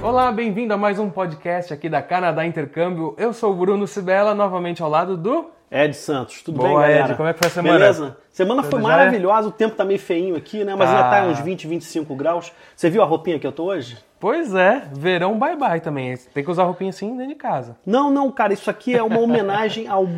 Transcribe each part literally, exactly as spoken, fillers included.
Olá, bem-vindo a mais um podcast aqui da Canadá Intercâmbio. Eu sou o Bruno Cibela, novamente ao lado do... Ed Santos, tudo Boa, bem, galera? Ed, como é que foi a semana? Beleza? Semana Tudo foi já maravilhosa, é? O tempo tá meio feinho aqui, né? Mas Tá. ainda tá uns vinte, vinte e cinco graus. Você viu a roupinha que eu tô hoje? Pois é, verão bye-bye também. Tem que usar roupinha assim dentro de casa. Não, não, cara, isso aqui é uma homenagem ao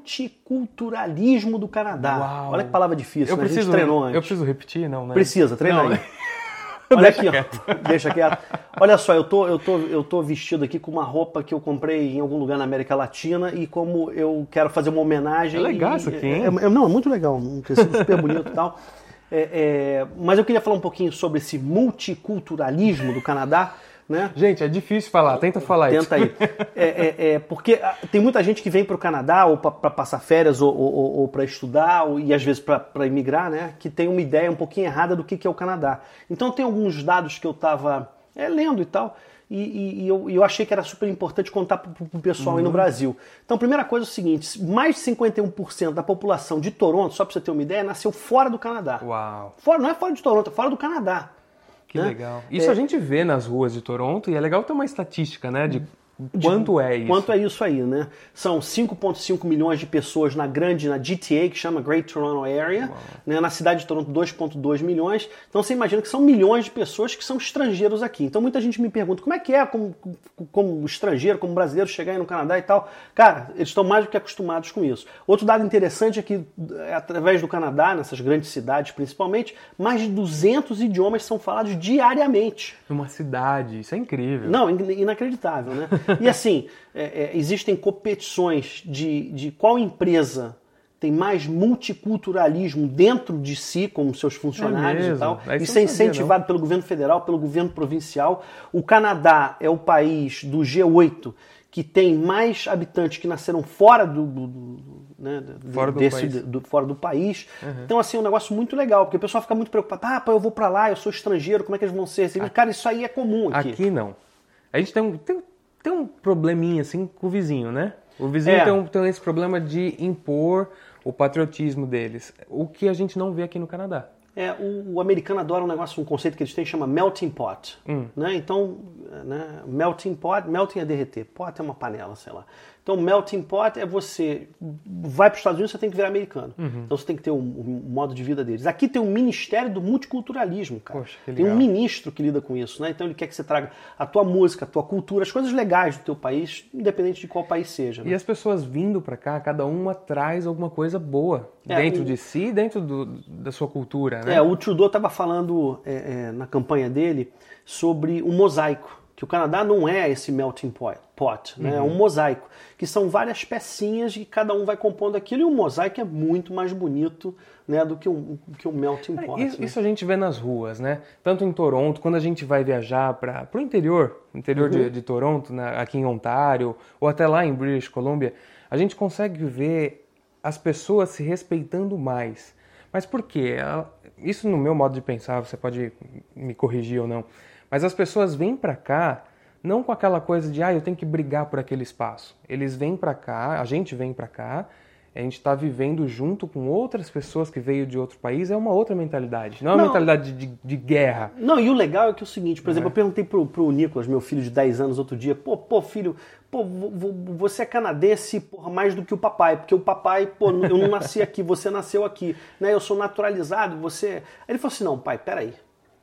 multiculturalismo do Canadá. Uau. Olha que palavra difícil, Eu né? A gente preciso, treinou antes. eu preciso repetir, não, né? Precisa, treina Não, aí. né? Olha Deixa aqui, quieto. ó. Deixa quieto. Olha só, eu tô, eu, tô, eu tô vestido aqui com uma roupa que eu comprei em algum lugar na América Latina e como eu quero fazer uma homenagem... É legal e, isso aqui, hein? É, é, não, é muito legal, um tecido super bonito e tal. É, é, mas eu queria falar um pouquinho sobre esse multiculturalismo do Canadá, né? Gente, é difícil falar, tenta falar isso. Tenta aí. É, é, é, porque tem muita gente que vem para o Canadá ou para passar férias ou, ou, ou para estudar ou, e às vezes para imigrar, né? Que tem uma ideia um pouquinho errada do que, que é o Canadá. Então tem alguns dados que eu estava é, lendo e tal e, e, e eu, eu achei que era super importante contar para o pessoal uhum. aí no Brasil. Então, primeira coisa é o seguinte, mais de cinquenta e um por cento da população de Toronto, só para você ter uma ideia, nasceu fora do Canadá. Uau! Fora, não é fora de Toronto, é fora do Canadá. Que né? legal. Isso é, a gente vê nas ruas de Toronto e é legal ter uma estatística, né? De quanto é isso. Quanto é isso aí, né? São cinco vírgula cinco milhões de pessoas na grande, na G T A, que chama Great Toronto Area. Né? Na cidade de Toronto, dois vírgula dois milhões. Então você imagina que são milhões de pessoas que são estrangeiros aqui. Então muita gente me pergunta, como é que é como, como estrangeiro, como brasileiro, chegar aí no Canadá e tal? Cara, eles estão mais do que acostumados com isso. Outro dado interessante é que, através do Canadá, nessas grandes cidades principalmente, mais de duzentos idiomas são falados diariamente. Numa cidade, isso é incrível. Não, inacreditável, né? E assim, é, é, existem competições de, de qual empresa tem mais multiculturalismo dentro de si, como seus funcionários é e tal. é Isso é incentivado sabia, pelo governo federal, pelo governo provincial. O Canadá é o país do G oito que tem mais habitantes que nasceram fora do, do, do, né, fora, do desse, país. Do, fora do país. Uhum. Então, assim, é um negócio muito legal, porque o pessoal fica muito preocupado. Ah, pá, eu vou pra lá, eu sou estrangeiro, como é que eles vão ser? Aqui, cara, isso aí é comum aqui. Aqui não. A gente tem um, tem, tem um probleminha, assim, com o vizinho, né? O vizinho é. tem, um, tem esse problema de impor o patriotismo deles, o que a gente não vê aqui no Canadá. É, o, o americano adora um negócio, um conceito que eles têm, chama melting pot. Hum. Né? Então, né, melting pot, melting é derreter, pot é uma panela, sei lá. Então, melting pot é você vai para os Estados Unidos, você tem que virar americano. Uhum. Então, você tem que ter o um, um modo de vida deles. Aqui tem um Ministério do Multiculturalismo, cara. Poxa, que tem legal. um ministro que lida com isso, né? Então, ele quer que você traga a tua música, a tua cultura, as coisas legais do teu país, independente de qual país seja. Né? E as pessoas vindo para cá, cada uma traz alguma coisa boa é, dentro o... de si, dentro do, da sua cultura, né? É, o Trudeau estava falando é, é, na campanha dele sobre o mosaico. Que o Canadá não é esse melting pot, pot né? Uhum. É um mosaico, que são várias pecinhas e cada um vai compondo aquilo, e o mosaico é muito mais bonito, né, do que o, que o melting pot. É, isso, né? isso a gente vê nas ruas, né? Tanto em Toronto, quando a gente vai viajar para o interior, interior uhum. de, de Toronto, né, aqui em Ontário, ou até lá em British Columbia, a gente consegue ver as pessoas se respeitando mais. Mas por quê? Isso no meu modo de pensar, você pode me corrigir ou não, mas as pessoas vêm para cá não com aquela coisa de, ah, eu tenho que brigar por aquele espaço. Eles vêm para cá, a gente vem para cá, a gente está vivendo junto com outras pessoas que veio de outro país, é uma outra mentalidade. Não é uma não, mentalidade de, de, de guerra. Não, e o legal é que é o seguinte, por exemplo, é. eu perguntei pro, pro Nicolas, meu filho de dez anos, outro dia, pô, pô, filho, pô, você é canadense, porra, mais do que o papai, porque o papai, pô, eu não nasci aqui, você nasceu aqui, né, eu sou naturalizado, você... Aí ele falou assim, não, pai, peraí.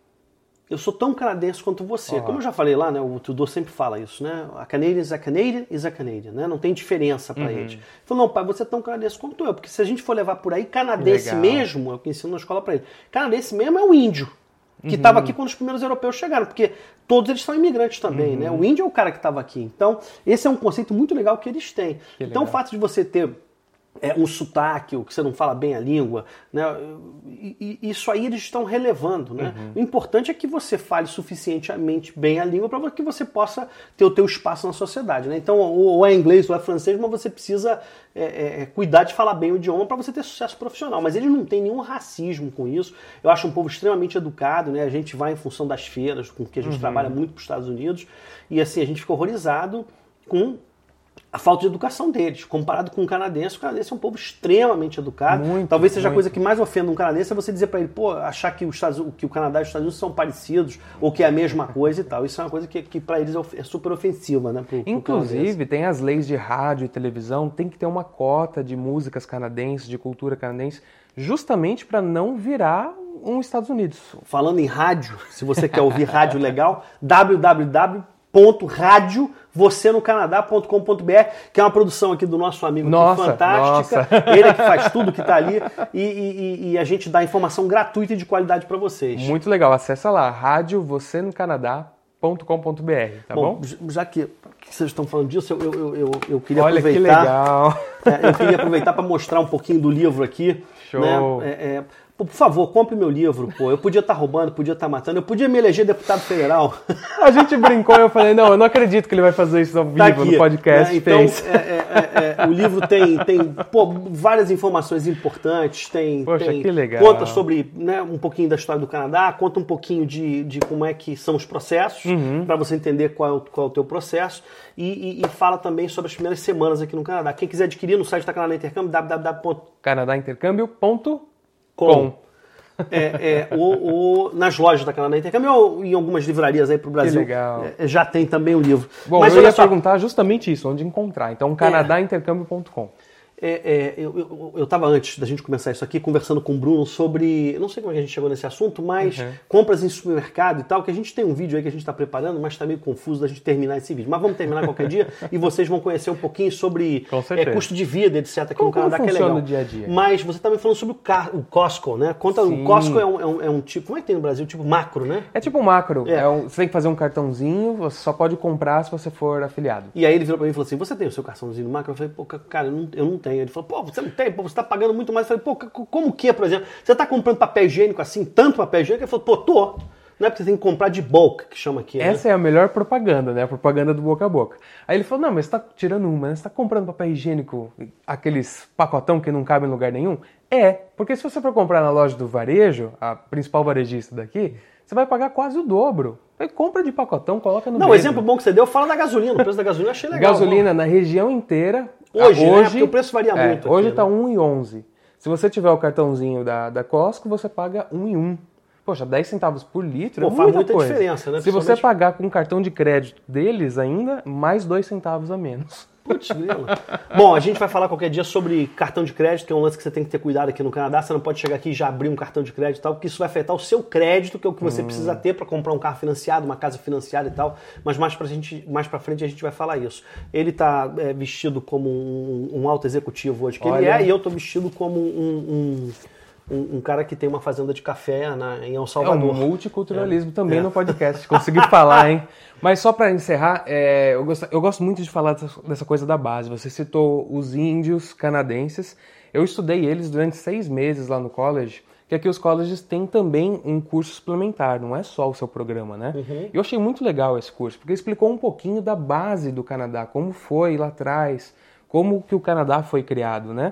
Eu sou tão canadense quanto você. Uhum. Como eu já falei lá, né, o Trudeau sempre fala isso, né? A Canadian is a Canadian is a Canadian, né? Não tem diferença pra uhum. ele. Ele falou, não, pai, você é tão canadense quanto eu, porque se a gente for levar por aí, canadense Legal. mesmo, é o que ensino na escola pra ele, canadense mesmo é o índio, que estava uhum. aqui quando os primeiros europeus chegaram, porque todos eles são imigrantes também, uhum. né? O índio é o cara que estava aqui. Então, esse é um conceito muito legal que eles têm. Que então, legal. O fato de você ter É, um sotaque, ou que você não fala bem a língua, né? E, e isso aí eles estão relevando, né? Uhum. O importante é que você fale suficientemente bem a língua para que você possa ter o teu espaço na sociedade, né? Então, ou é inglês ou é francês, mas você precisa é, é, cuidar de falar bem o idioma para você ter sucesso profissional. Mas eles não têm nenhum racismo com isso. Eu acho um povo extremamente educado, né? A gente vai em função das feiras, com que a gente uhum. trabalha muito para os Estados Unidos, e assim, a gente fica horrorizado com a falta de educação deles. Comparado com o canadense, o canadense é um povo extremamente educado. Muito, Talvez seja muito. a coisa que mais ofenda um canadense é você dizer para ele, pô, achar que, os Estados, que o Canadá e os Estados Unidos são parecidos ou que é a mesma coisa e tal. Isso é uma coisa que, que para eles é super ofensiva, né? Pro, pro Inclusive, canadense. tem as leis de rádio e televisão, tem que ter uma cota de músicas canadenses, de cultura canadense, justamente para não virar um Estados Unidos. Falando em rádio, se você quer ouvir rádio legal, w w w ponto rádio você no canadá ponto com ponto b r, que é uma produção aqui do nosso amigo Nossa, aqui, fantástica. nossa. Ele é que faz tudo que está ali e, e, e a gente dá informação gratuita e de qualidade para vocês. Muito legal, acessa lá, rádio você no canadá ponto com ponto b r, tá bom? bom? Já que, que vocês estão falando disso, eu, eu, eu, eu queria Olha aproveitar. que legal. É, eu queria aproveitar para mostrar um pouquinho do livro aqui. Show. Né? É, é, por favor, compre meu livro, pô. Eu podia estar roubando, podia estar matando, eu podia me eleger deputado federal. A gente brincou e eu falei, não, eu não acredito que ele vai fazer isso ao vivo, Tá aqui, no podcast. né? Então, fez. é, é, é, o livro tem, tem pô, várias informações importantes, tem, Poxa, tem que legal. conta sobre, né, um pouquinho da história do Canadá, conta um pouquinho de, de como é que são os processos, Uhum. para você entender qual é o, qual é o teu processo, e, e, e fala também sobre as primeiras semanas aqui no Canadá. Quem quiser adquirir no site da Canadá Intercâmbio, w w w ponto canadá intercâmbio ponto com. com. É, é, ou, ou nas lojas da Canadá Intercâmbio ou em algumas livrarias aí pro Brasil. Que legal. É, já tem também o livro. Bom, Mas eu olha ia só, perguntar justamente isso, onde encontrar. Então, canadá intercâmbio ponto com. É, é, eu estava antes da gente começar isso aqui conversando com o Bruno sobre, eu não sei como é que a gente chegou nesse assunto, mas Uhum. compras em supermercado e tal, que a gente tem um vídeo aí que a gente está preparando, mas está meio confuso da gente terminar esse vídeo. Mas vamos terminar qualquer dia e vocês vão conhecer um pouquinho sobre Com é, certeza. custo de vida, etcétera, aqui Como- no Canadá, como que é funciona legal. o dia a dia? Mas você também falando sobre o, car o Costco, né? Conta, Sim. o Costco é um, é, um, é um tipo, como é que tem no Brasil? Tipo macro, né? É tipo um macro. É. É um- você tem que fazer um cartãozinho, você só pode comprar se você for afiliado. E aí ele virou pra mim e falou assim, você tem o seu cartãozinho do macro? Eu falei, pô, cara, eu não, eu não tenho. Ele falou, pô, você não tem? Pô, você tá pagando muito mais. Eu falei, pô, como que, por exemplo? Você tá comprando papel higiênico assim, tanto papel higiênico? Ele falou, pô, tô. Não é porque você tem que comprar de bulk, que chama aqui, né? Essa é a melhor propaganda, né? A propaganda do boca a boca. Aí ele falou, não, mas você tá tirando uma, né? Você tá comprando papel higiênico, aqueles pacotão que não cabe em lugar nenhum? É, porque se você for comprar na loja do varejo, a principal varejista daqui, você vai pagar quase o dobro. Aí compra de pacotão, coloca no Não, o mesmo. exemplo bom que você deu, fala da gasolina. O preço da gasolina eu achei legal. Gasolina na região inteira. Hoje, né? hoje Porque o preço varia é, muito aqui, Hoje né? tá um e onze. Se você tiver o cartãozinho da, da Costco, você paga um e um. Poxa, dez centavos por litro Pô, é faz muita muita coisa. diferença, né? Se você Principalmente- pagar com cartão de crédito deles ainda, mais dois centavos a menos. Putz, grilo. Bom, a gente vai falar qualquer dia sobre cartão de crédito, que é um lance que você tem que ter cuidado aqui no Canadá. Você não pode chegar aqui e já abrir um cartão de crédito e tal, porque isso vai afetar o seu crédito, que é o que você hum. precisa ter para comprar um carro financiado, uma casa financiada e tal. Mas mais pra, gente, mais pra frente a gente vai falar isso. Ele tá é, vestido como um, um alto executivo hoje, que Olha. ele é, e eu tô vestido como um... um Um, um cara que tem uma fazenda de café na, em El Salvador. É um multiculturalismo é. também é. no podcast. Consegui falar, hein? Mas só para encerrar, é, eu, gosto, eu gosto muito de falar dessa, dessa coisa da base. Você citou os índios canadenses. Eu estudei eles durante seis meses lá no college, que aqui os colleges têm também um curso suplementar, não é só o seu programa, né? Uhum. Eu achei muito legal esse curso, porque explicou um pouquinho da base do Canadá, como foi lá atrás, como que o Canadá foi criado, né?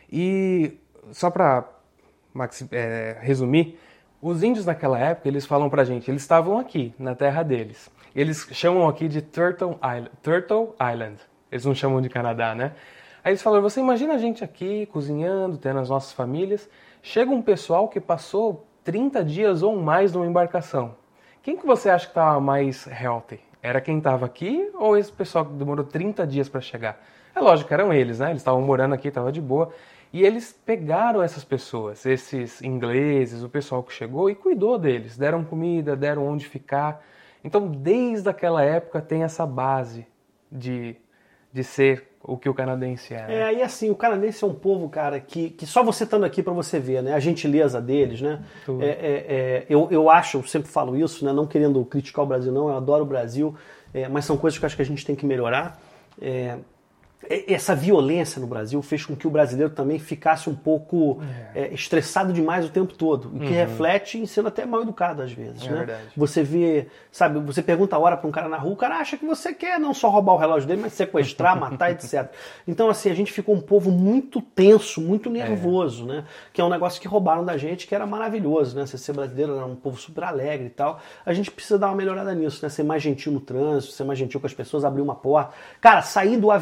E só para... Max, é, resumir, os índios naquela época, eles falam pra gente, eles estavam aqui, na terra deles. Eles chamam aqui de Turtle Island, Turtle Island. Eles não chamam de Canadá, né? Aí eles falaram, você imagina a gente aqui, cozinhando, tendo as nossas famílias, chega um pessoal que passou trinta dias ou mais numa embarcação. Quem que você acha que estava mais healthy? Era quem estava aqui ou esse pessoal que demorou trinta dias para chegar? É lógico que eram eles, né? Eles estavam morando aqui, estavam de boa. E eles pegaram essas pessoas, esses ingleses, o pessoal que chegou e cuidou deles. Deram comida, deram onde ficar. Então, desde aquela época tem essa base de, de ser o que o canadense é. Né? É, e assim, o canadense é um povo, cara, que, que só você estando aqui para você ver, né? A gentileza deles, né? É, é, é, eu, eu acho, eu sempre falo isso, né? Não querendo criticar o Brasil, não. Eu adoro o Brasil, é, mas são coisas que eu acho que a gente tem que melhorar. É, essa violência no Brasil fez com que o brasileiro também ficasse um pouco é. É, estressado demais o tempo todo, o que uhum. reflete em sendo até mal educado às vezes, é né? Verdade. Você vê, sabe, você pergunta a hora para um cara na rua, o cara acha que você quer não só roubar o relógio dele, mas sequestrar, matar, etcétera. Então assim, a gente ficou um povo muito tenso, muito nervoso, é. né? Que é um negócio que roubaram da gente, que era maravilhoso, né? Você ser brasileiro era um povo super alegre e tal. A gente precisa dar uma melhorada nisso, né? Ser mais gentil no trânsito, ser mais gentil com as pessoas, abrir uma porta. Cara, sair do avião, gente.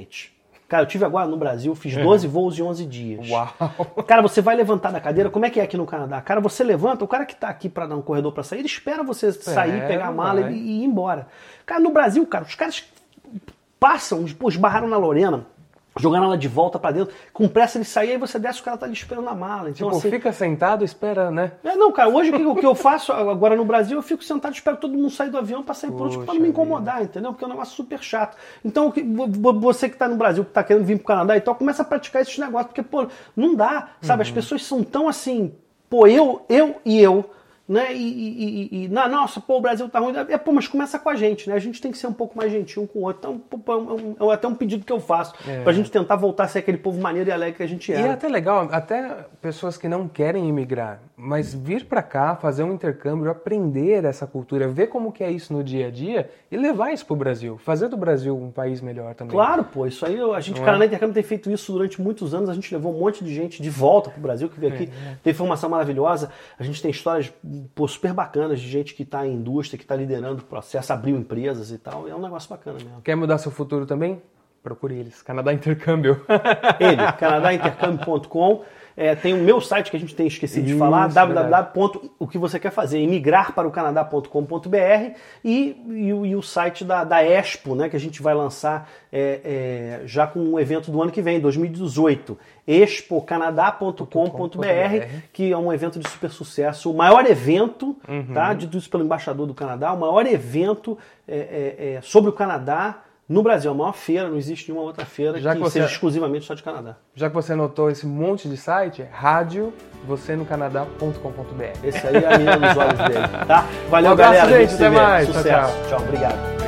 gente. Cara, eu tive agora no Brasil, fiz doze uhum. voos em onze dias. Uau! Cara, você vai levantar da cadeira, como é que é aqui no Canadá? Cara, você levanta, o cara que tá aqui para dar um corredor para sair, ele espera você espera, sair, pegar a mala e, e ir embora. Cara, no Brasil, cara, os caras passam, pô, esbarraram na Lorena, jogaram ela de volta pra dentro, com pressa ele sair, aí você desce, o cara tá ali esperando a mala. Então, tipo, assim, fica sentado, espera, né? É, não, cara, hoje o que, o que eu faço agora no Brasil, eu fico sentado e espero todo mundo sair do avião pra sair por último, pra não me incomodar, vida. Entendeu? Porque é um negócio super chato. Então, você que tá no Brasil, que tá querendo vir pro Canadá e tal, começa a praticar esses negócios, porque, pô, não dá, sabe? Uhum. As pessoas são tão assim, pô, eu, eu e eu, né? E, e, e, e na nossa, pô, o Brasil tá ruim. É, pô, mas começa com a gente, né? A gente tem que ser um pouco mais gentil um com o outro. Então, pô, é, um, é até um pedido que eu faço. É. Pra gente tentar voltar a ser aquele povo maneiro e alegre que a gente é. E é até legal, até pessoas que não querem imigrar, mas vir pra cá, fazer um intercâmbio, aprender essa cultura, ver como que é isso no dia a dia e levar isso pro Brasil. Fazer do Brasil um país melhor também. Claro, pô. Isso aí, a gente, o Canadá Intercâmbio tem feito isso durante muitos anos. A gente levou um monte de gente de volta pro Brasil que veio aqui. É, é. Tem formação maravilhosa. A gente tem histórias, pô, super bacanas de gente que está em indústria, que está liderando o processo, abriu empresas e tal. É um negócio bacana mesmo. Quer mudar seu futuro também? Procure eles. Canadá Intercâmbio. Ele, canadá intercâmbio ponto com. É, tem o meu site que a gente tem esquecido de falar, w w w. O que você quer fazer, imigrar para o canadá ponto com ponto b r e, e, e o site da, da Expo, né, que a gente vai lançar é, é, já com o evento do ano que vem, dois mil e dezoito. expo canadá ponto com ponto b r, que é um evento de super sucesso, o maior evento, uhum. tá, dito isso pelo embaixador do Canadá, o maior evento é, é, é, sobre o Canadá no Brasil. A maior feira, não existe nenhuma outra feira já que, que você, seja exclusivamente só de Canadá. Já que você anotou esse monte de site, rádio você no canadá ponto com ponto b r. Esse aí é a menina dos olhos dele, tá? Valeu, um abraço, galera. Gente, até mais. Sucesso. Tchau, tchau. Tchau, obrigado.